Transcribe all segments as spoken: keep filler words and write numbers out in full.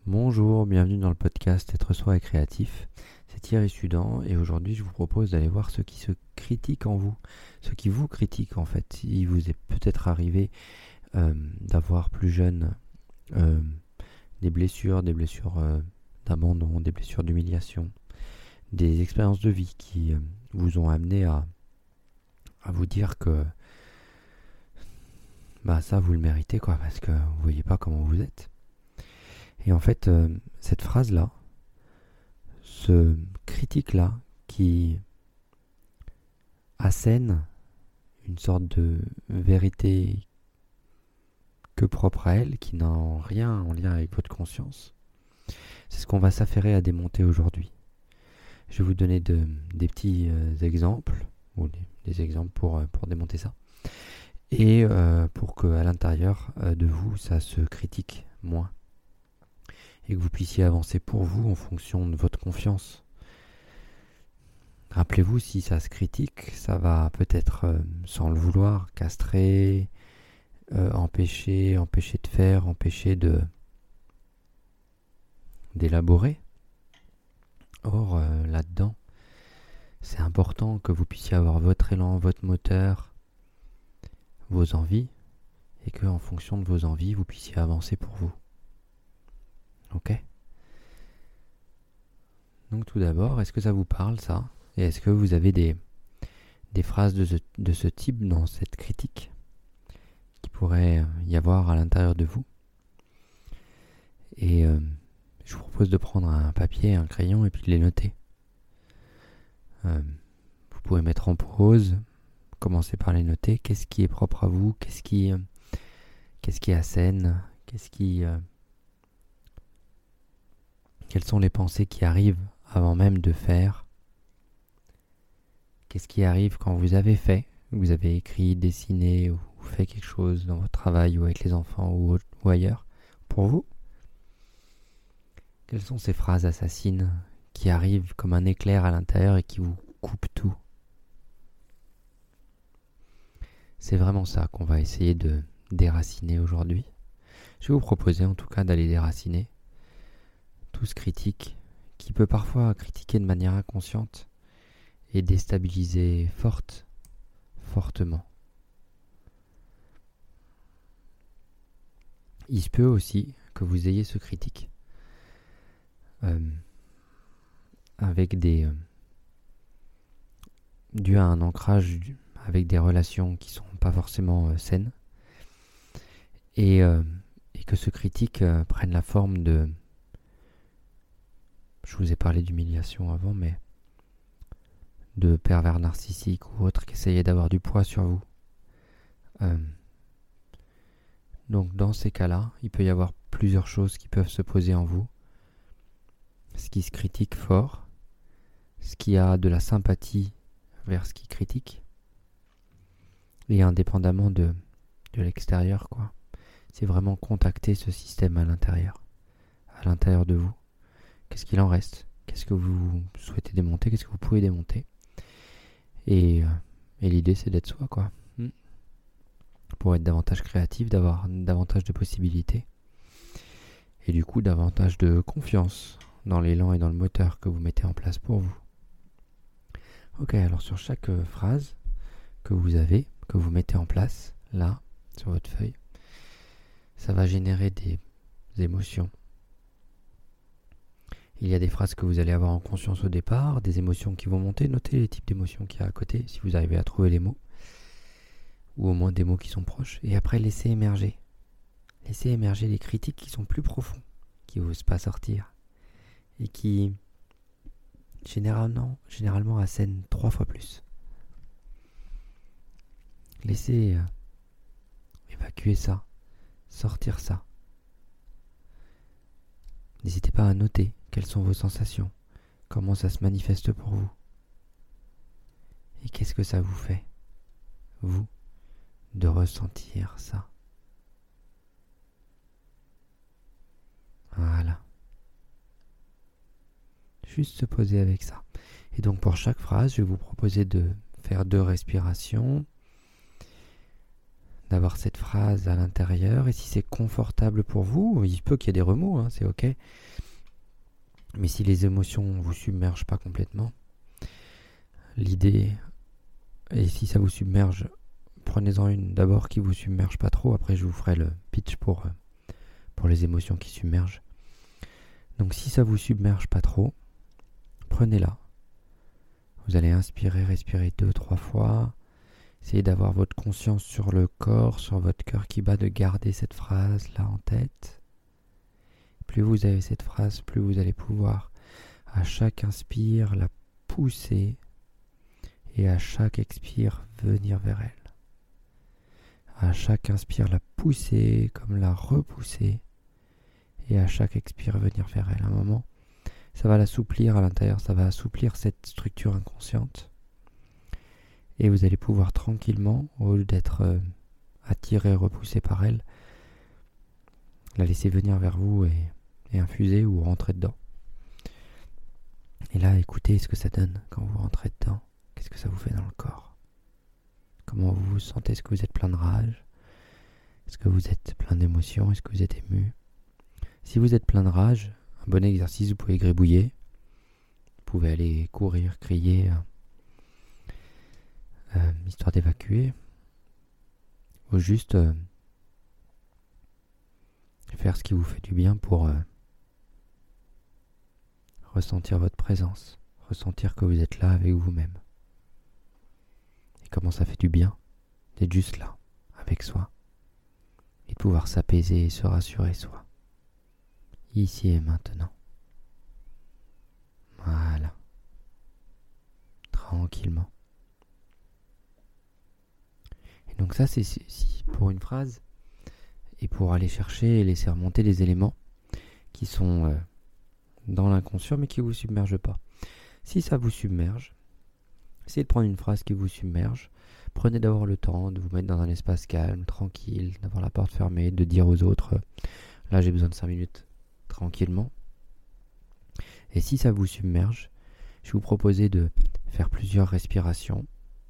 Bonjour, bienvenue dans le podcast Être soi et créatif. C'est Thierry Sudan et aujourd'hui je vous propose d'aller voir ce qui se critique en vous, ce qui vous critique en fait. Il vous est peut-être arrivé euh, d'avoir plus jeune euh, des blessures, des blessures euh, d'abandon, des blessures d'humiliation, des expériences de vie qui euh, vous ont amené à, à vous dire que bah ça vous le méritez quoi, parce que vous voyez pas comment vous êtes. Et en fait, euh, cette phrase-là, ce critique-là, qui assène une sorte de vérité que propre à elle, qui n'a rien en lien avec votre conscience, c'est ce qu'on va s'affairer à démonter aujourd'hui. Je vais vous donner de, des petits euh, exemples, ou des, des exemples pour, euh, pour démonter ça, et euh, pour qu'à l'intérieur euh, de vous, ça se critique moins. Et que vous puissiez avancer pour vous en fonction de votre confiance. Rappelez-vous, si ça se critique, ça va peut-être, euh, sans le vouloir, castrer, euh, empêcher, empêcher de faire, empêcher de d'élaborer. Or, euh, là-dedans, c'est important que vous puissiez avoir votre élan, votre moteur, vos envies, et que en fonction de vos envies, vous puissiez avancer pour vous. Ok ? Donc tout d'abord, est-ce que ça vous parle ça ? Et est-ce que vous avez des, des phrases de ce, de ce type dans cette critique qui pourrait y avoir à l'intérieur de vous ? Et euh, je vous propose de prendre un papier, un crayon et puis de les noter. Euh, vous pouvez mettre en pause, commencer par les noter. Qu'est-ce qui est propre à vous ? Qu'est-ce qui, euh, qu'est-ce qui assène ? Qu'est-ce qui, euh, quelles sont les pensées qui arrivent avant même de faire ? Qu'est-ce qui arrive quand vous avez fait, vous avez écrit, dessiné ou fait quelque chose dans votre travail ou avec les enfants ou, ou ailleurs pour vous ? Quelles sont ces phrases assassines qui arrivent comme un éclair à l'intérieur et qui vous coupent tout ? C'est vraiment ça qu'on va essayer de déraciner aujourd'hui. Je vais vous proposer en tout cas d'aller déraciner tout ce critique qui peut parfois critiquer de manière inconsciente et déstabiliser forte, fortement. Il se peut aussi que vous ayez ce critique euh, avec des euh, dû à un ancrage avec des relations qui sont pas forcément euh, saines et, euh, et que ce critique euh, prenne la forme de, je vous ai parlé d'humiliation avant, mais de pervers narcissiques ou autres qui essayaient d'avoir du poids sur vous. Euh, donc dans ces cas-là, il peut y avoir plusieurs choses qui peuvent se poser en vous. Ce qui se critique fort, ce qui a de la sympathie vers ce qui critique, et indépendamment de, de l'extérieur, quoi. C'est vraiment contacter ce système à l'intérieur, à l'intérieur de vous. Qu'est-ce qu'il en reste ? Qu'est-ce que vous souhaitez démonter ? Qu'est-ce que vous pouvez démonter ? Et, et l'idée, c'est d'être soi, quoi. Pour être davantage créatif, d'avoir davantage de possibilités. Et du coup, davantage de confiance dans l'élan et dans le moteur que vous mettez en place pour vous. Ok, alors sur chaque phrase que vous avez, que vous mettez en place, là, sur votre feuille, ça va générer des émotions. Il y a des phrases que vous allez avoir en conscience au départ, des émotions qui vont monter. Notez les types d'émotions qu'il y a à côté, si vous arrivez à trouver les mots. Ou au moins des mots qui sont proches. Et après, laissez émerger. Laissez émerger les critiques qui sont plus profonds, qui n'osent pas sortir. Et qui, généralement, généralement assènent trois fois plus. Laissez euh, évacuer ça, sortir ça. N'hésitez pas à noter quelles sont vos sensations, comment ça se manifeste pour vous. Et qu'est-ce que ça vous fait, vous, de ressentir ça. Voilà. Juste se poser avec ça. Et donc pour chaque phrase, je vais vous proposer de faire deux respirations. d'avoir cette phrase à l'intérieur. Et si c'est confortable pour vous, il peut qu'il y ait des remous, hein, c'est ok. Mais si les émotions vous submergent pas complètement, l'idée, et si ça vous submerge, prenez-en une d'abord qui vous submerge pas trop. Après, je vous ferai le pitch pour, pour les émotions qui submergent. Donc si ça vous submerge pas trop, prenez-la. Vous allez inspirer, respirer deux, trois fois. Essayez d'avoir votre conscience sur le corps, sur votre cœur qui bat, de garder cette phrase là en tête. Plus vous avez cette phrase, plus vous allez pouvoir à chaque inspire la pousser et à chaque expire venir vers elle. À chaque inspire la pousser comme la repousser et à chaque expire venir vers elle. À un moment, ça va l'assouplir à l'intérieur, ça va assouplir cette structure inconsciente. Et vous allez pouvoir tranquillement, au lieu d'être euh, attiré, repoussé par elle, la laisser venir vers vous et, et infuser ou rentrer dedans. Et là, écoutez ce que ça donne quand vous rentrez dedans. Qu'est-ce que ça vous fait dans le corps? Comment vous vous sentez? Est-ce que vous êtes plein de rage? Est-ce que vous êtes plein d'émotions? Est-ce que vous êtes ému? Si vous êtes plein de rage, un bon exercice, vous pouvez gribouiller. Vous pouvez aller courir, crier, euh, histoire d'évacuer. Ou juste euh, faire ce qui vous fait du bien pour euh, ressentir votre présence. Ressentir que vous êtes là avec vous-même. Et comment ça fait du bien d'être juste là, avec soi. Et de pouvoir s'apaiser et se rassurer soi. Ici et maintenant. Voilà. Tranquillement. Et donc ça, c'est si pour une phrase. Et pour aller chercher et laisser remonter les éléments qui sont euh, dans l'inconscient mais qui ne vous submergent pas. Si ça vous submerge, essayez de prendre une phrase qui vous submerge. Prenez d'abord le temps de vous mettre dans un espace calme, tranquille, d'avoir la porte fermée, de dire aux autres euh, là j'ai besoin de cinq minutes tranquillement. Et si ça vous submerge, je vais vous proposer de faire plusieurs respirations,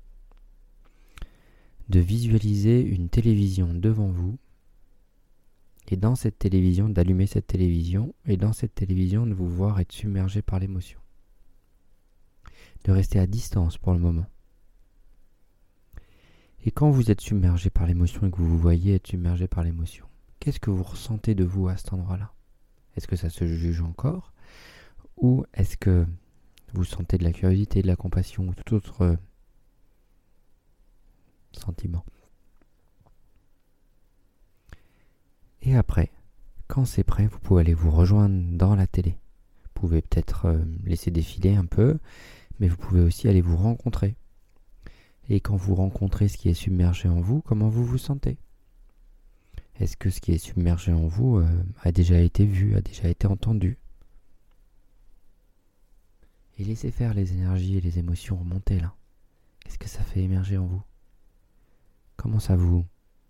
de visualiser une télévision devant vous, et dans cette télévision, d'allumer cette télévision, et dans cette télévision, de vous voir être submergé par l'émotion. De rester à distance pour le moment. Et quand vous êtes submergé par l'émotion et que vous vous voyez être submergé par l'émotion, qu'est-ce que vous ressentez de vous à cet endroit-là? Est-ce que ça se juge encore? Ou est-ce que vous sentez de la curiosité, de la compassion ou tout autre euh, sentiment? Et après, quand c'est prêt, vous pouvez aller vous rejoindre dans la télé. Vous pouvez peut-être euh, laisser défiler un peu, mais vous pouvez aussi aller vous rencontrer. Et quand vous rencontrez ce qui est submergé en vous, comment vous vous sentez? Est-ce que ce qui est submergé en vous euh, a déjà été vu, a déjà été entendu? Et laissez faire les énergies et les émotions remonter là. Qu'est-ce que ça fait émerger en vous? Comment ça vous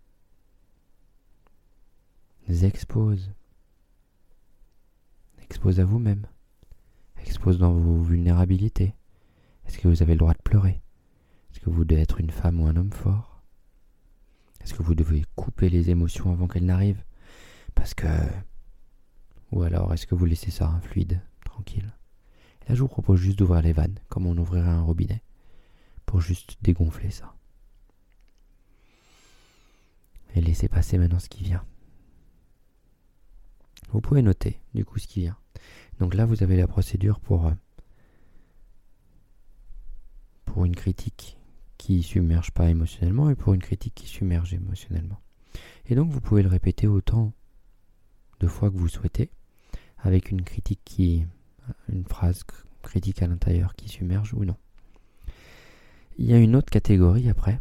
expose? Expose à vous-même. Expose dans vos vulnérabilités. Est-ce que vous avez le droit de pleurer? Est-ce que vous devez être une femme ou un homme fort? Est-ce que vous devez couper les émotions avant qu'elles n'arrivent? Parce que... Ou alors, est-ce que vous laissez ça un fluide, tranquille? Et là, je vous propose juste d'ouvrir les vannes, comme on ouvrirait un robinet, pour juste dégonfler ça. Et laisser passer maintenant ce qui vient. Vous pouvez noter, du coup, ce qui vient. Donc là, vous avez la procédure pour, pour une critique qui submerge pas émotionnellement et pour une critique qui submerge émotionnellement. Et donc, vous pouvez le répéter autant de fois que vous souhaitez, avec une critique qui, une phrase critique à l'intérieur qui submerge ou non. Il y a une autre catégorie après,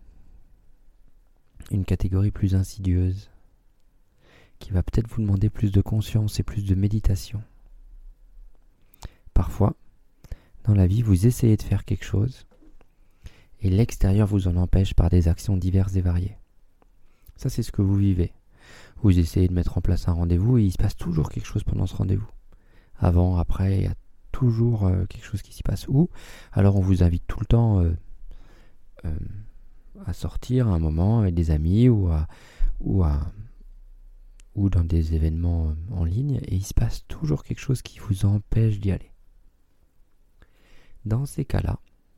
une catégorie plus insidieuse, qui va peut-être vous demander plus de conscience et plus de méditation. Parfois, dans la vie, vous essayez de faire quelque chose et l'extérieur vous en empêche par des actions diverses et variées. Ça, c'est ce que vous vivez. Vous essayez de mettre en place un rendez-vous et il se passe toujours quelque chose pendant ce rendez-vous. Avant, après, il y a toujours euh, quelque chose qui s'y passe. Ou alors on vous invite tout le temps euh, euh, à sortir un moment avec des amis ou, à, ou, à, ou dans des événements en ligne et il se passe toujours quelque chose qui vous empêche d'y aller. Dans ces cas-là,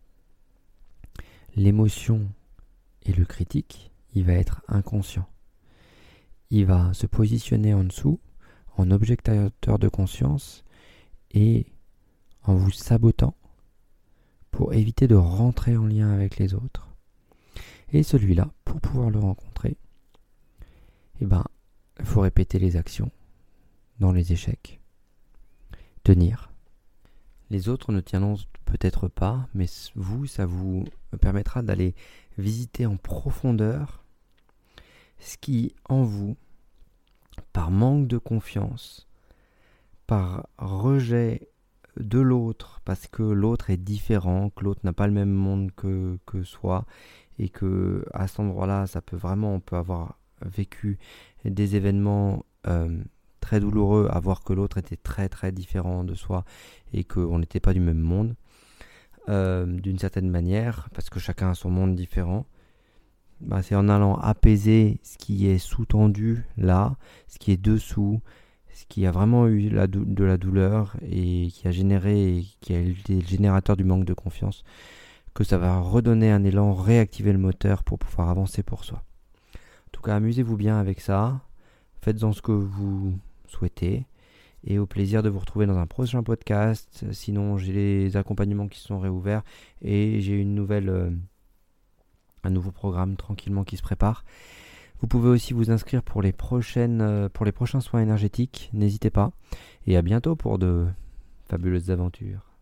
l'émotion et le critique, il va être inconscient. Il va se positionner en dessous, en objectateur de conscience et en vous sabotant pour éviter de rentrer en lien avec les autres. Et celui-là, pour pouvoir le rencontrer, eh ben, il faut répéter les actions dans les échecs. Tenir. Les autres ne tiendront peut-être pas, mais vous, ça vous permettra d'aller visiter en profondeur ce qui, en vous, par manque de confiance, par rejet de l'autre, parce que l'autre est différent, que l'autre n'a pas le même monde que, que soi, et que à cet endroit-là, ça peut vraiment, on peut avoir vécu des événements euh, très douloureux à voir que l'autre était très très différent de soi et qu'on n'était pas du même monde, euh, d'une certaine manière, parce que chacun a son monde différent. Bah, c'est en allant apaiser ce qui est sous-tendu là, ce qui est dessous, ce qui a vraiment eu la dou- de la douleur et qui a généré, qui a été le générateur du manque de confiance, que ça va redonner un élan, réactiver le moteur pour pouvoir avancer pour soi. En tout cas, amusez-vous bien avec ça, faites-en ce que vous souhaitez et au plaisir de vous retrouver dans un prochain podcast. Sinon, j'ai les accompagnements qui sont réouverts et j'ai une nouvelle, euh, un nouveau programme tranquillement qui se prépare. Vous pouvez aussi vous inscrire pour les prochaines, euh, pour les prochains soins énergétiques, n'hésitez pas. Et à bientôt pour de fabuleuses aventures.